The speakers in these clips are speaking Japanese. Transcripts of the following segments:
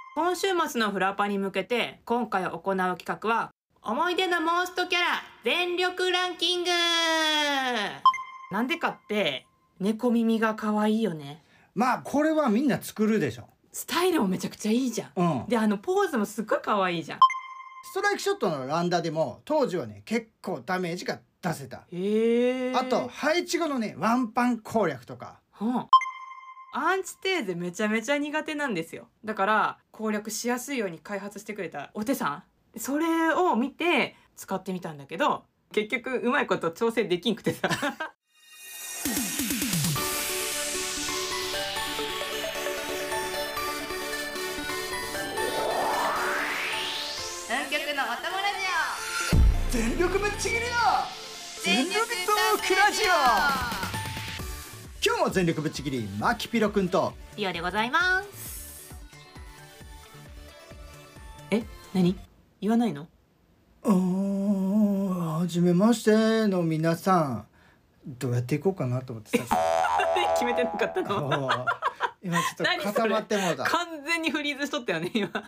今週末のフラパに向けて今回行う企画は思い出のモンストキャラ全力ランキング。なんでかって猫耳が可愛いよね。 まあこれはみんな作るでしょ。 スタイルもめちゃくちゃいいじゃん。でポーズもすっごい可愛いじゃん。 ストライクショットのランダでも当時はね結構ダメージが出せた。あと配置後のねワンパン攻略とか、 アンチテーゼめちゃめちゃ苦手なんですよ。だから攻略しやすいように開発してくれたお手さん、それを見て使ってみたんだけど結局うまいこと調整できんくてさ南極のお供ラジ全力ぶっちぎりの全力トークラジオ。今日も全力ぶっちぎりマキピロくんとリオでございます。何言わないの？ はじめましての皆さん、どうやっていこうかなと思ってさ決めてなかったの？ 今ちょっと固まってもうた。 完全にフリーズしとったよね今。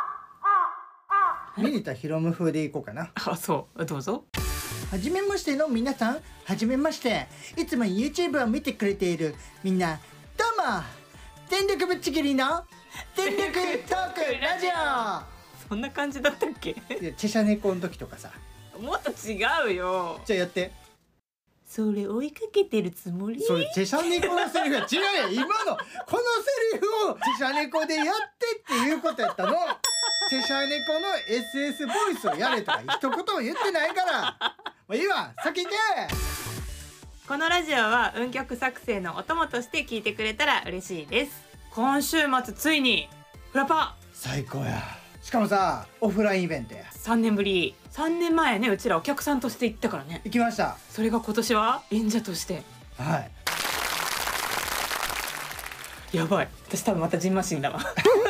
ミニタヒロム風でいこうかな。 そう、どうぞ。 はじめましての皆さん、はじめまして。いつも YouTube を見てくれているみんな、どうも全力ぶっちぎりの全力トークラジオ。 そんな感じだったっけ？ チェシャ猫の時とかさ。 もっと違うよ。 じゃあやって。 それ追いかけてるつもり？ それチェシャ猫のセリフが違うよ。今のこのセリフをチェシャ猫でやってっていうことやったの。チェシャ猫の SS ボイスをやれとか一言も言ってないから。もういいわ、先行け。 このラジオは運曲作成のお供として聞いてくれたら嬉しいです。今週末ついにフラパ最高や。しかもさ、オフラインイベントや。 3年ぶり。3年前ね、うちらお客さんとして行ったからね。 行きました。 それが今年は演者として。 はい。 やばい、私多分またジンマシンだわ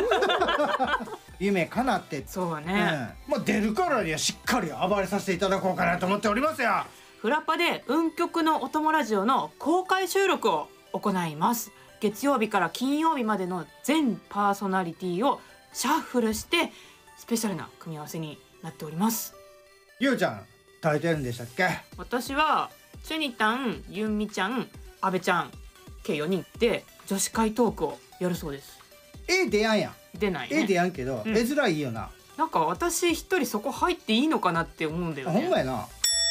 夢叶って。 そうはね、 まあ出るからにはしっかり暴れさせていただこうかなと思っておりますよ。 フラパで運極のお供ラジオの公開収録を行います。月曜日から金曜日までの全パーソナリティをシャッフルしてスペシャルな組み合わせになっております。 ゆうちゃん誰とやるんでしたっけ？ 私はチュニタン、ユンミちゃん、アベちゃん計4人で女子会トークをやるそうです。 出やんやん。 出ないね。 出やんけど、絵面いいよな。 なんか私一人そこ入っていいのかなって思うんだよね。 ほんまやな。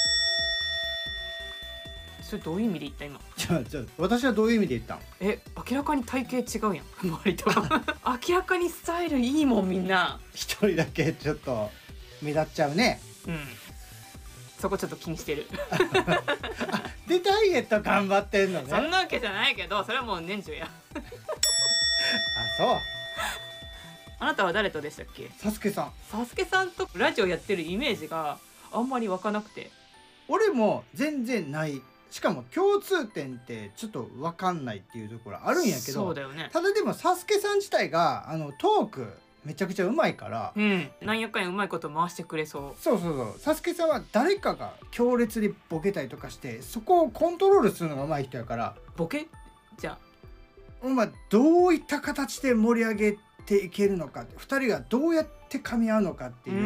それどういう意味で言った今？ じゃあ私はどういう意味で言ったん？ 明らかに体型違うやん周りと明らかにスタイルいいもんみんな。 一人だけちょっと目立っちゃうね。 そこちょっと気にしてるでダイエット頑張ってんのね。 そんなわけじゃないけど、それはもう年中やあ、そう。 あなたは誰とでしたっけ？ サスケさん。 サスケさんとラジオやってるイメージがあんまり湧かなくて。 俺も全然ない。しかも共通点ってちょっと分かんないっていうところあるんやけど。 そうだよね。 ただでもサスケさん自体がトークめちゃくちゃうまいから、 なんやかんやうまいこと回してくれそう。 そうサスケさんは誰かが強烈にボケたりとかしてそこをコントロールするのがうまい人やから。 ボケじゃあどういった形で盛り上げていけるのか、2人がどうやって噛み合うのかっていう、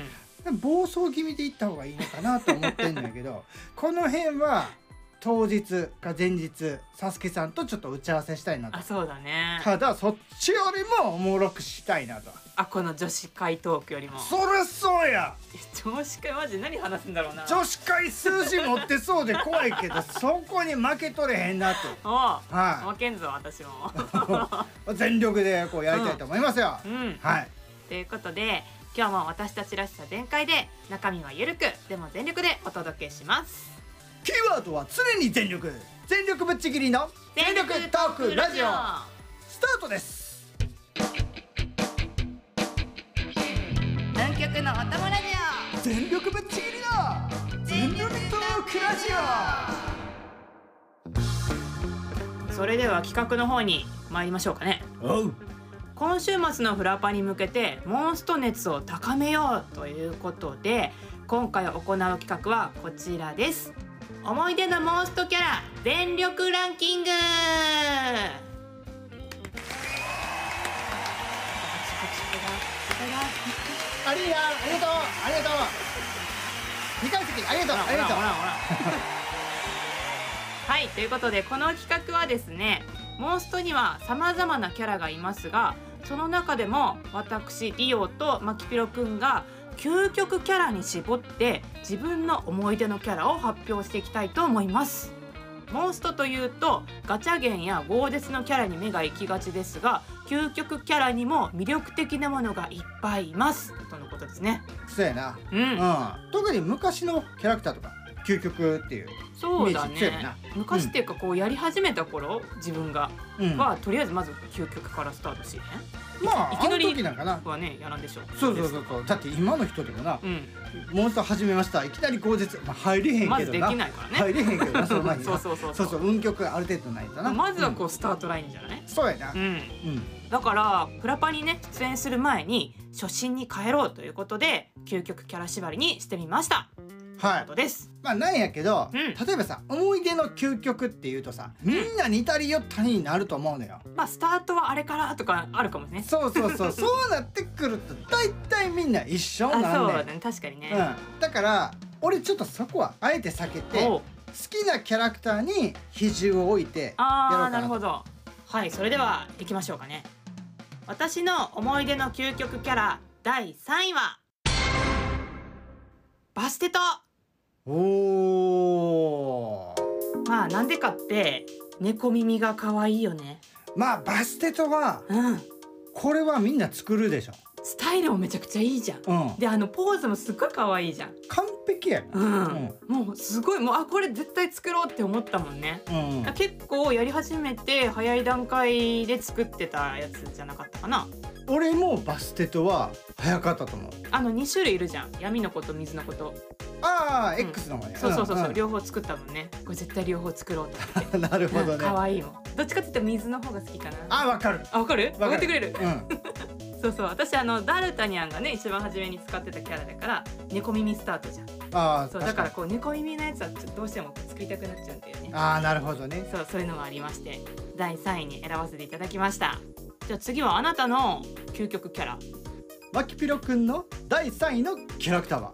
暴走気味でいった方がいいのかなと思ってんだけどこの辺は当日か前日サスケさんとちょっと打ち合わせしたいなと。 あ、そうだね。 ただそっちよりもおもろくしたいなと。 この女子会トークよりも。 そりゃそうや。 女子会マジ何話すんだろうな。 女子会数字持ってそうで怖いけどそこに負けとれへんなと。 負けんぞ私も全力でこうやりたいと思いますよ。 ということで今日も私たちらしさ全開で中身はゆるくでも全力でお届けします。 キーワードは常に全力。全力ぶっちぎりの全力トークラジオスタートです。 南極のお供ラジオ全力ぶっちぎりの全力トークラジオ。 それでは企画の方に参りましょうかね。今週末のフラパに向けてモンスト熱を高めようということで今回行う企画はこちらです。思い出のモンストキャラ全力ランキング。 アリーナありがとうありがとう。2階席ありがとうありがとう。 はい、ということでこの企画はですね、モンストには様々なキャラがいますが、その中でも私リオとマキピロくんが究極キャラに絞って自分の思い出のキャラを発表していきたいと思います。モンストというとガチャゲンやゴーデスのキャラに目が行きがちですが、究極キャラにも魅力的なものがいっぱいいますとのことですね。 そうやな、 うん、 特に昔のキャラクターとか究極っていうそうだイメージ強いねな。 昔っていうかこうやり始めた頃自分が、 うんはとりあえずまず究極からスタートしね。 まあいきなりあの時なんかな。 はねやらんでしょう。 そうそうそうそう。だって今の人でもな、 うん、 モンスター始めましたいきなり口実、まあ、入れへんけどな。 まずできないからね。 入れへんけどなその前にな。 そうそうそう運極ある程度ないとな。 まずはこうスタートラインじゃない、 そうやな。 うんだからフラパにね出演する前に初心に帰ろうということで究極キャラ縛りにしてみました。 はいことです。 まあなんやけど、 うん例えばさ思い出の究極っていうとさ、みんな似たり寄ったりになると思うのよ。 まあスタートはあれからとかあるかもね。 そうそうそうそうなってくると大体みんな一緒なんあ、そうで、 だね、確かにね。 だから俺ちょっとそこはあえて避けておう好きなキャラクターに比重を置いてやろうあーかなと。 なるほど。はい、それでは行きましょうかね。私の思い出の究極キャラ第3位はバステト。 おー、 まあなんでかって猫耳が可愛いよね。 まあバステトはうんこれはみんな作るでしょ。 スタイルもめちゃくちゃいいじゃん。 うん、 でポーズもすっごい可愛いじゃん。 完璧やん。 もうすごいもうこれ絶対作ろうって思ったもんね。 うん結構やり始めて早い段階で作ってたやつじゃなかったかな。 俺もバステトは早かったと思う。 2種類いるじゃん、闇の子と水の子と。 ああ、 うん X の方ね。 そうそうそうそう、 ん両方作ったもんね。これ絶対両方作ろうと思って。 なるほどね。 可愛いもん。どっちかって言ったら水の方が好きかな。 あ、わかる。 わかる？分かってくれる。 うん。 そうそう、私ダルタニャンがね一番初めに使ってたキャラだから猫耳スタートじゃん。 ああ、 そうだからこう猫耳のやつはちょっとどうしても作りたくなっちゃうんだよね。 ああ、なるほどね。 そういうのがありまして第3位に選ばせていただきました。じゃあ次はあなたの究極キャラ。 マキピロくんの第3位のキャラクターは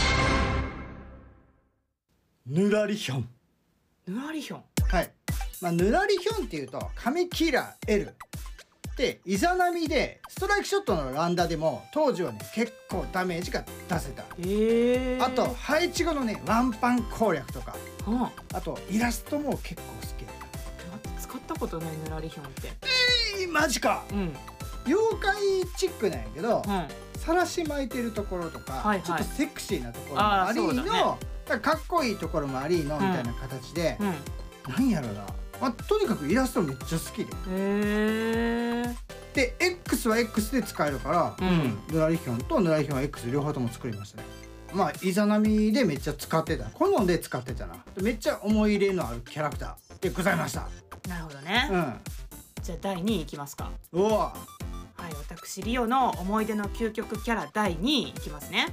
ぬらりひょん。 ぬらりひょん。 はい。まあぬらりひょんっていうと神キラー L でイザナミでストライクショットのランダでも当時はね結構ダメージが出せた。あと配置後のねワンパン攻略とか、あとイラストも結構好きだった。 使ったことないぬらりひょんって。 マジか。 うん妖怪チックなんやけど、 うんさらし巻いてるところとか、 はいはいちょっとセクシーなところもありの、 そうだねかっこいいところもありのみたいな形で、 うんなんやろな、まあ、とにかくイラストめっちゃ好きで、 へえ。 で X は X で使えるから、ぬらりひょんとぬらりひょん X 両方とも作りましたね。まあイザナミでめっちゃ使ってた、好んで使ってたな。めっちゃ思い入れのあるキャラクターでございました。 なるほどね。じゃあ第2位いきますか。 おお。 はい、私リオの思い出の究極キャラ第2位いきますね。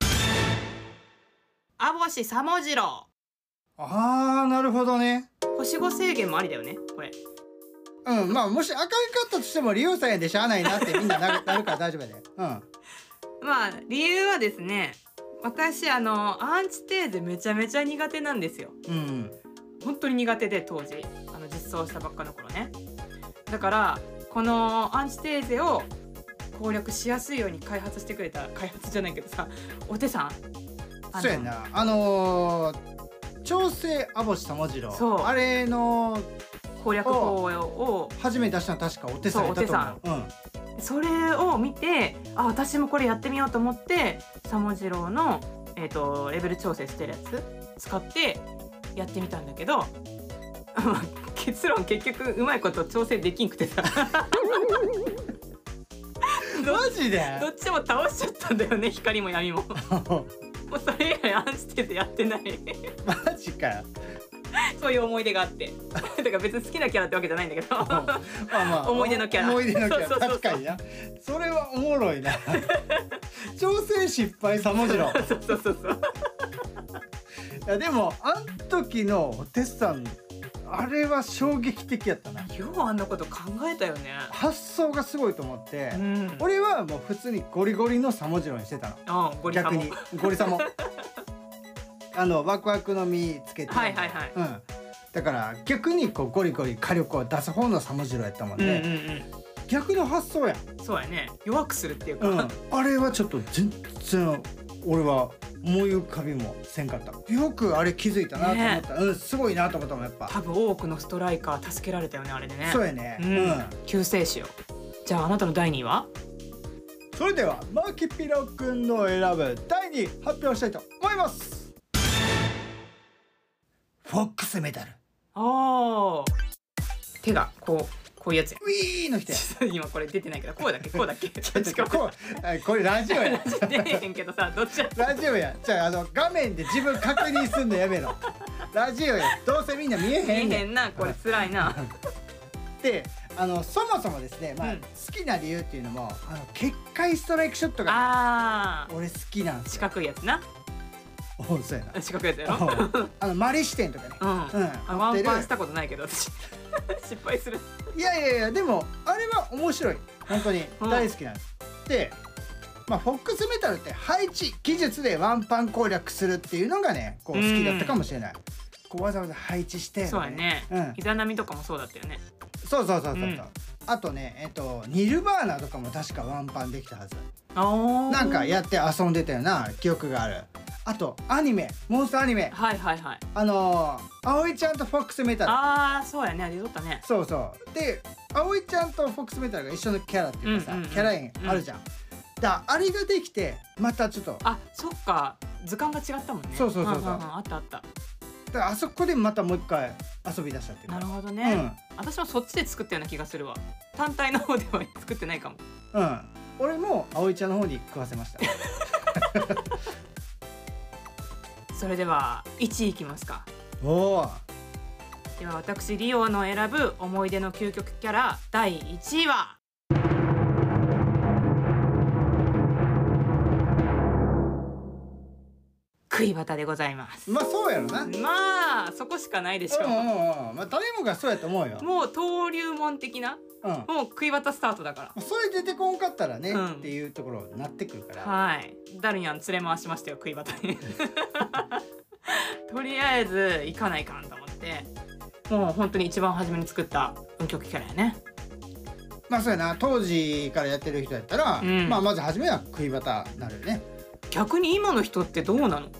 網干さもじろう。 あー、なるほどね。 星5制限もありだよねこれ。 まあもし赤いかったとしても利用さんやでしゃあないなってみんななるから大丈夫で。 まあ理由はですね、私アンチテーゼめちゃめちゃ苦手なんですよ。本当に苦手で当時実装したばっかの頃ね。だからこのアンチテーゼを攻略しやすいように開発してくれた、開発じゃないけどさ、お手さん。 そうやな、調整網干さもじろう、あれの攻略法を初め出したの確かお手さんやったと思う。 それを見て私もこれやってみようと思ってさもじろうの、レベル調整してるやつ使ってやってみたんだけど結論結局うまいこと調整できんくてさマジでどっちも倒しちゃったんだよね、光も闇ももうそれ以来アンチテーゼやってないマジかよそういう思い出があってだから別に好きなキャラってわけじゃないんだけど思い出のキャラ、 思い出のキャラ、確かにな。それはおもろいな調整失敗さもじろうそういやでもあん時のお手さんあれは衝撃的やったな。 ようあんなこと考えたよね。 発想がすごいと思って、 うん、 俺はもう普通にゴリゴリのさもじろにしてたの。 ゴリサモ。 逆にゴリサモワクワクの実つけて、 はいはいはい、 うん、だから逆にこうゴリゴリ火力を出す方のさもじろやったもんね、 うんうんうん、 逆の発想やん。 そうやね、弱くするっていうか、 うん、あれはちょっと全然俺は思い浮かびもせんかった。よくあれ気づいたなと思った、うん、すごいなと思ったもん。やっぱ多分多くのストライカー助けられたよね、あれでね。 そうやね、 うん、救世主よ。じゃああなたの第2位は？ それではマキピロくんの選ぶ第2位発表したいと思います。フォックスメタル。 手がこういうやつや。 ウィーの人や。 今これ出てないけど、こうだっけこうだっけこれラジオや。 出へんけどさ、どっちや。 ラジオや。じゃあ画面で自分確認すんのやめろ。ラジオや。どうせみんな見えへん。 見えへんな、これ辛いな。 で、そもそもですね、まあ、好きな理由っていうのも結界ストライクショットが俺好きなんです。 四角いやつな。 お、そうやな。 四角いやつやろ。 マリ視点とかね。 ワンパンしたことないけど私失敗する。 いやでもあれは面白い。本当に大好きなんです。で、まあフォックスメタルって配置技術でワンパン攻略するっていうのがね、こう好きだったかもしれない。こうわざわざ配置して。 そうやね。イザナミとかもそうだったよね。そう。 あとね、ニルバーナとかも確かワンパンできたはず。 なんかやって遊んでたような記憶がある。あとアニメ、モンスターアニメ。 はい。 葵ちゃんとフォックスメタル。 そうやね、あれ撮ったね。 そう。で、葵ちゃんとフォックスメタルが一緒のキャラっていうかさ、キャラ園あるじゃん。あれができてまたちょっと。 そっか、図鑑が違ったもんね。 そう。 あった。 だからあそこでまたもう一回遊び出したっていうか。 なるほどね。私もそっちで作ったような気がするわ。単体の方では作ってないかも。 俺も葵ちゃんの方に食わせました。 それでは1位いきますか。 では私リオの選ぶ思い出の究極キャラ第1位はクイバタでございます。 まあそうやろな。 まあそこしかないでしょう。 まあ誰もがそうやと思うよ。 もう登竜門的な、もうクイバタスタートだから。 それ出てこんかったらね、っていうところになってくるから。 はい。ダルニャン連れ回しましたよ、クイバタに。とりあえず行かないかんと思って、もう本当に一番初めに作った運極キャラやね。 まあそうやな、当時からやってる人やったら、まあまず初めはクイバタになるよね。 逆に今の人ってどうなの？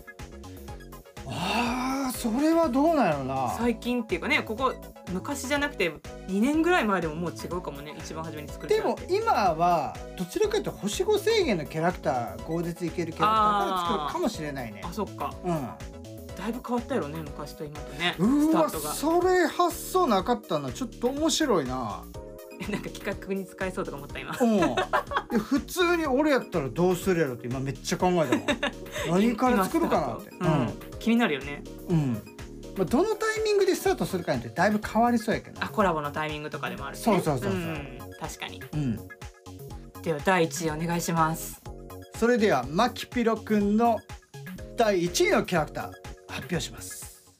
それはどうなんやろな。 最近っていうかね、ここ昔じゃなくて2年ぐらい前でももう違うかもね、一番初めに作る。 でも今はどちらかというと星5制限のキャラクター、豪絶いけるキャラクターから作るかもしれないね。 そっか。だいぶ変わったよね、昔と今とね。 うわ、それ発想なかったな。ちょっと面白いな。 なんか企画に使えそうとか思った今。 普通に俺やったらどうするやろって今めっちゃ考えたもん。何から作るかなって。 気になるよね。 まあどのタイミングでスタートするかによってだいぶ変わりそうやけど。 コラボのタイミングとかでもあるね。 そう。 確かに。では第1位お願いします。 それではマキピロくんの第1位のキャラクター発表します。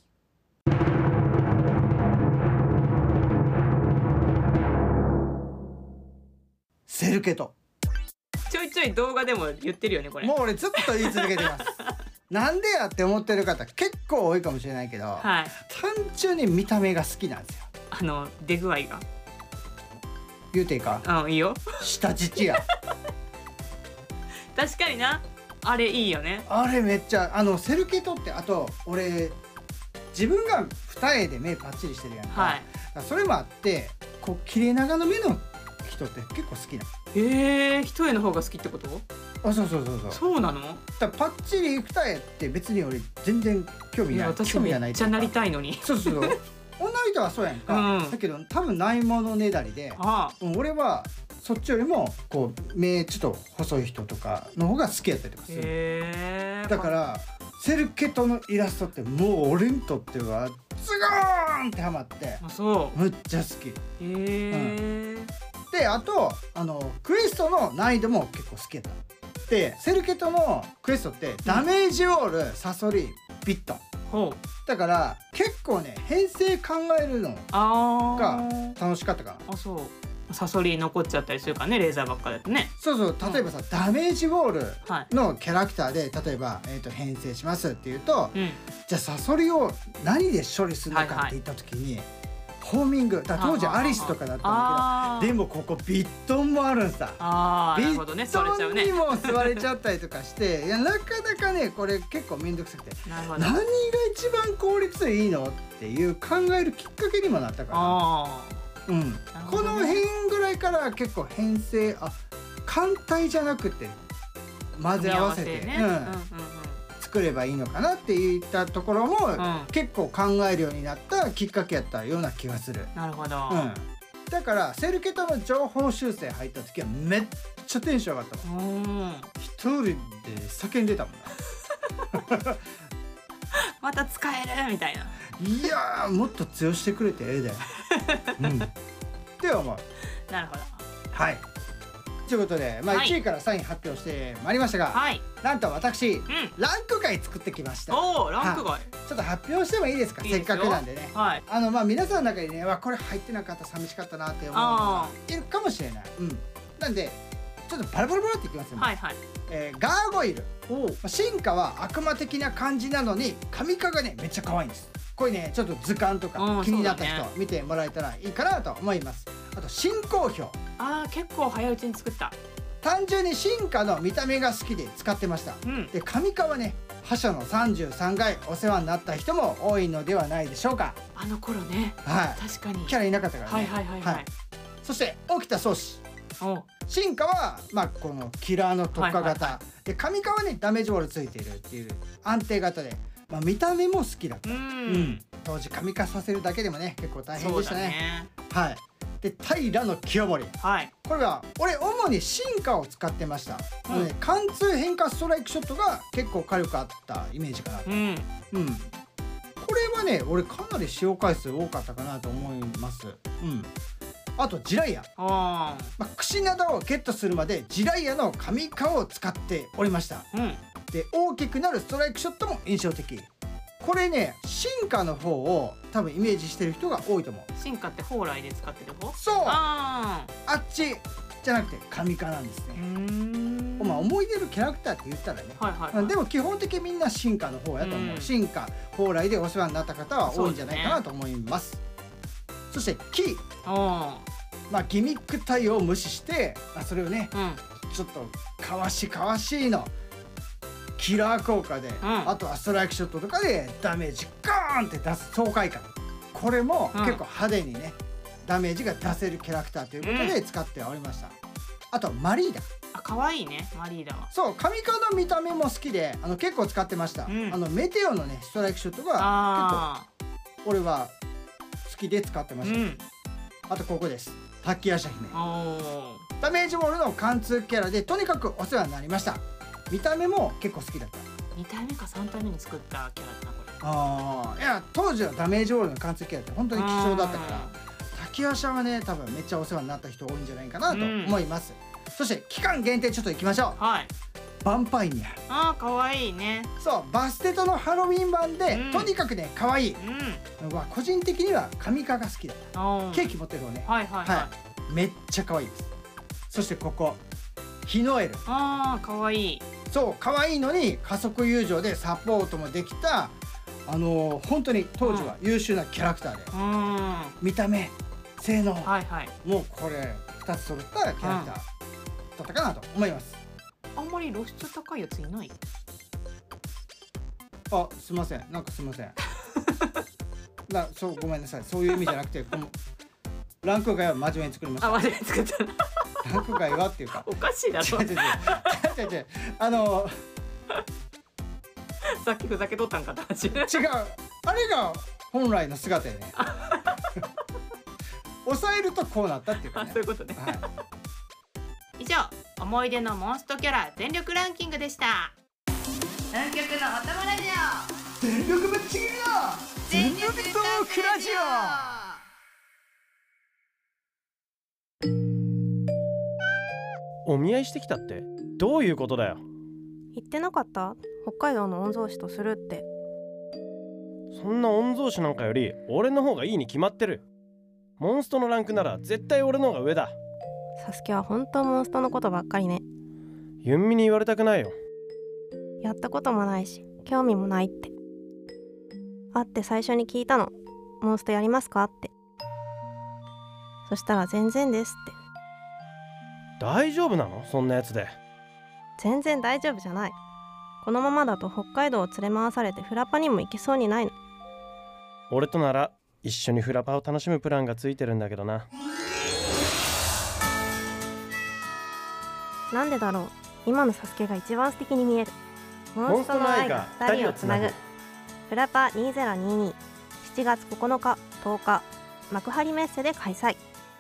セルケト。 ちょいちょい動画でも言ってるよねこれ。 もう俺ずっと言い続けてます。なんでやって思ってる方結構多いかもしれないけど、単純に見た目が好きなんですよ。 出具合が。 言うていいか？ いいよ。 下乳や。 確かにな。あれいいよね。 あれめっちゃセルケトって、あと俺自分が二重で目パッチリしてるやんか。それもあってこう切れ長の目の人って結構好きな。 一重の方が好きってこと？ そう。 そうなの？ だパッチリ二重って別に俺全然興味ない。 私めっちゃなりたいのに。 そう。女の人はそうやんか。だけど多分ないものねだりで、俺はそっちよりもこう目ちょっと細い人とかの方が好きやったりとかする。だからセルケトのイラストってもう俺にとってはズゴーンってハマって、むっちゃ好き。であとクエストの難易度も結構好きやった。でセルケトのクエストってダメージウォール、サソリ、ビットだから結構ね編成考えるのが楽しかったかな。 あ、そう。サソリ残っちゃったりするからね、レーザーばっかだとね。 そうそう、例えばさ、ダメージボールのキャラクターで例えば、編成しますっていうと、じゃあサソリを何で処理するのかって言った時に、ホーミングだ、当時アリスとかだったんだけど、でもここビットンもあるんさ。ビットンにも座れちゃったりとかして、いやなかなかねこれ結構めんどくさくて、何が一番効率いいのっていう考えるきっかけにもなったから。この辺ぐらいから結構編成、艦隊じゃなくて混ぜ合わせて作ればいいのかなっていったところも結構考えるようになったきっかけやったような気がする。 なるほど。 だからセルケタの情報修正入った時はめっちゃテンション上がったもん。一人で叫んでたもんな。 また使えるみたいな。 いやもっと強してくれてええで。って思う。 なるほど。 はい。ということで、1位から3位発表してまいりましたが、なんと私、ランク外作ってきました。 おお、ランク外。 ちょっと発表してもいいですか、せっかくなんでね。皆さんの中にね、これ入ってなかった寂しかったなって思うのがいるかもしれない。なんでちょっとバラバラバラっていきますよね。ガーゴイル。進化は悪魔的な感じなのに神化がねめっちゃ可愛いんです。これねちょっと図鑑とか気になった人見てもらえたらいいかなと思います。あと新好評。 結構早いうちに作った。 単純に進化の見た目が好きで使ってました。で神化はね覇者の33回お世話になった人も多いのではないでしょうか。 あの頃ね。確かにキャラいなかったからね。そして沖田宗師。進化はこのキラーの特化型で、神化はねダメージボールついているっていう安定型で、見た目も好きだった。当時神化させるだけでもね結構大変でしたね。で平清盛、これは俺主に進化を使ってました。貫通変化ストライクショットが結構火力あったイメージかなと。これはね俺かなり使用回数多かったかなと思います。あとジライヤ、櫛などをゲットするまでジライヤの神化を使っておりました。で大きくなるストライクショットも印象的。これね進化の方を多分イメージしてる人が多いと思う。 進化って蓬莱で使ってる方？ そう、あっちじゃなくて神化なんですね。思い出るキャラクターって言ったらね、でも基本的にみんな進化の方やと思う。進化蓬莱でお世話になった方は多いんじゃないかなと思います。そしてキー、ギミック対応を無視して、それをね、ちょっとかわしいのキラー効果で、あとはストライクショットとかでダメージガーンって出す爽快感、これも結構派手にねダメージが出せるキャラクターということで使っておりました。あとマリーダ。 可愛いねマリーダは。 そう、神化の見た目も好きで結構使ってました。メテオのねストライクショットが結構俺は好きで使ってました。あとここです。滝夜叉姫。ダメージボールの貫通キャラでとにかくお世話になりました。見た目も結構好きだった。 2体目か3体目に作ったキャラだなこれ。 いや当時はダメージボールの貫通キャラって本当に貴重だったから、滝夜叉はね多分めっちゃお世話になった人多いんじゃないかなと思います。そして期間限定ちょっといきましょう。ヴァンパイニャ。 可愛いね。 そうバステトのハロウィン版で、とにかくね可愛い。個人的には神化が好きだった。ケーキ持ってる方ね。めっちゃ可愛いです。そしてここヒノエル。 可愛い。 そう可愛いのに加速友情でサポートもできた本当に当時は優秀なキャラクターで、見た目性能、もうこれ2つ揃ったキャラクターだったかなと思います。 あんまり露出高いやついない？ すいません、なんかすいません。そうごめんなさい、そういう意味じゃなくてランク外は真面目に作りました。 真面目に作った。 ランク外はっていうかおかしいだろ。 違うさっきふざけとったんかって話。違う、 あれが本来の姿やね。抑えるとこうなったっていうかね。 そういうことね。以上、思い出のモンストキャラ全力ランキングでした。南極のおたまラジオ、 全力ぶっちぎりの全力トークラジオ。お見合いしてきたってどういうことだよ。 言ってなかった？北海道の御曹司とするって。 そんな御曹司なんかより俺の方がいいに決まってる。モンストのランクなら絶対俺の方が上だ。 サスケは本当モンストのことばっかりね。 ユンミに言われたくないよ。 やったこともないし興味もないって。会って最初に聞いたの。モンストやりますかって。そしたら全然ですって。 大丈夫なのそんなやつで。 全然大丈夫じゃない。このままだと北海道を連れ回されてフラパにも行けそうにないの。 俺となら一緒にフラパを楽しむプランがついてるんだけどな。 なんでだろう。今のサスケが一番素敵に見える。モンストの愛が2人をつなぐ。フラパ2022 7月9日10日幕張メッセで開催。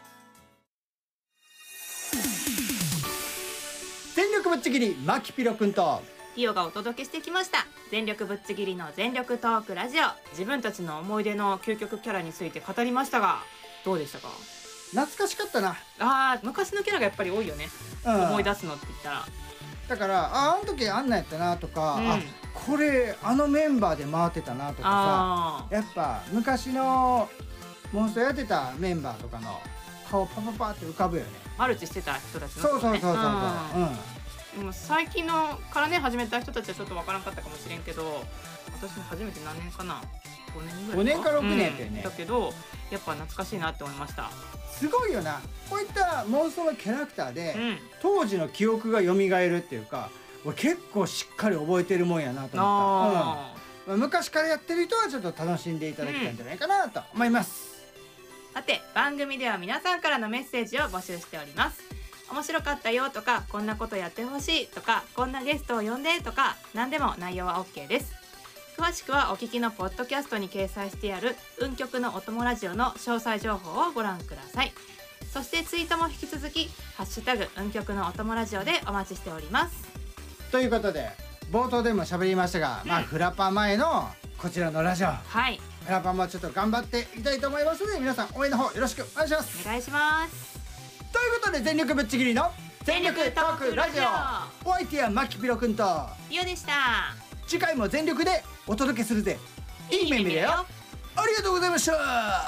全力ぶっちぎりマキピロくんとピオがお届けしてきました。全力ぶっちぎりの全力トークラジオ。自分たちの思い出の究極キャラについて語りましたが、どうでしたか？ 懐かしかったな。 昔のキャラがやっぱり多いよね、思い出すのって言ったら。だからあの時あんなやったなとか、これあのメンバーで回ってたなとかさ、やっぱ昔のモンストやってたメンバーとかの顔パパパって浮かぶよね。マルチしてた人たちの、ね、そうでも最近のからね始めた人たちはちょっとわからんかったかもしれんけど、私も初めて何年かな、5年ぐらいか、5年か6年やったよね、だけどやっぱ懐かしいなって思いました。すごいよな、こういったモンストのキャラクターで、当時の記憶が蘇るっていうか、俺結構しっかり覚えてるもんやなと思った。昔からやってる人はちょっと楽しんでいただきたいんじゃないかなと思います。さて番組では皆さんからのメッセージを募集しております。面白かったよとか、こんなことやってほしいとか、こんなゲストを呼んでとか、何でも内容は OK です。詳しくはお聞きのポッドキャストに掲載してある運極のお供ラジオの詳細情報をご覧ください。そしてツイートも引き続きハッシュタグ運極のお供ラジオでお待ちしております。ということで冒頭でも喋りましたが、フラパ前のこちらのラジオ、フラパもちょっと頑張っていきたいと思いますので、皆さん応援の方よろしくお願いします。お願いします。ということで全力ぶっちぎりの全力トークラジオ、お相手はマキピロくんとリオでした。次回も全力でお届けするぜ。いい目見れよ。ありがとうございました。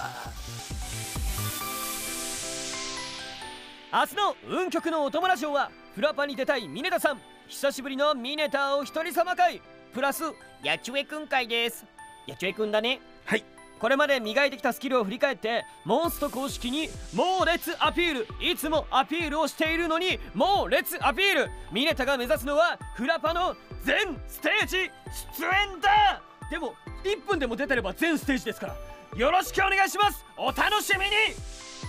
明日の運極のお供ラジオはフラパに出たいミネタさん、久しぶりのミネタお一人様会プラスヤチュエくん会です。ヤチュエくんだね。はい。これまで磨いてきたスキルを振り返ってモンスト公式に猛烈アピール、いつもアピールをしているのに猛烈アピール。ミネタが目指すのはフラパの全ステージ出演だ。でも1分でも出てれば全ステージですからよろしくお願いします。お楽しみに。